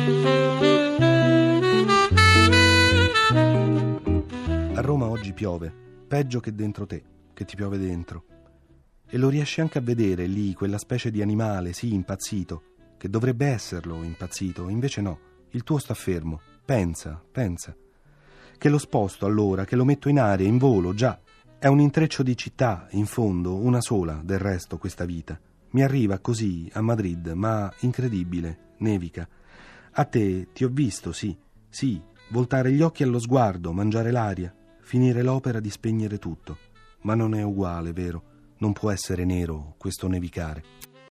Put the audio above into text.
A Roma oggi piove, peggio che dentro te, che ti piove dentro. E lo riesci anche a vedere lì, quella specie di animale, sì, impazzito, che dovrebbe esserlo impazzito, invece no, il tuo sta fermo, pensa. Che lo sposto allora, che lo metto in aria, in volo, già, è un intreccio di città, in fondo, una sola, del resto, questa vita. Mi arriva così, a Madrid, ma incredibile, nevica. A te ti ho visto, sì, voltare gli occhi allo sguardo, mangiare l'aria, finire l'opera di spegnere tutto. Ma non è uguale, vero? Non può essere nero questo nevicare.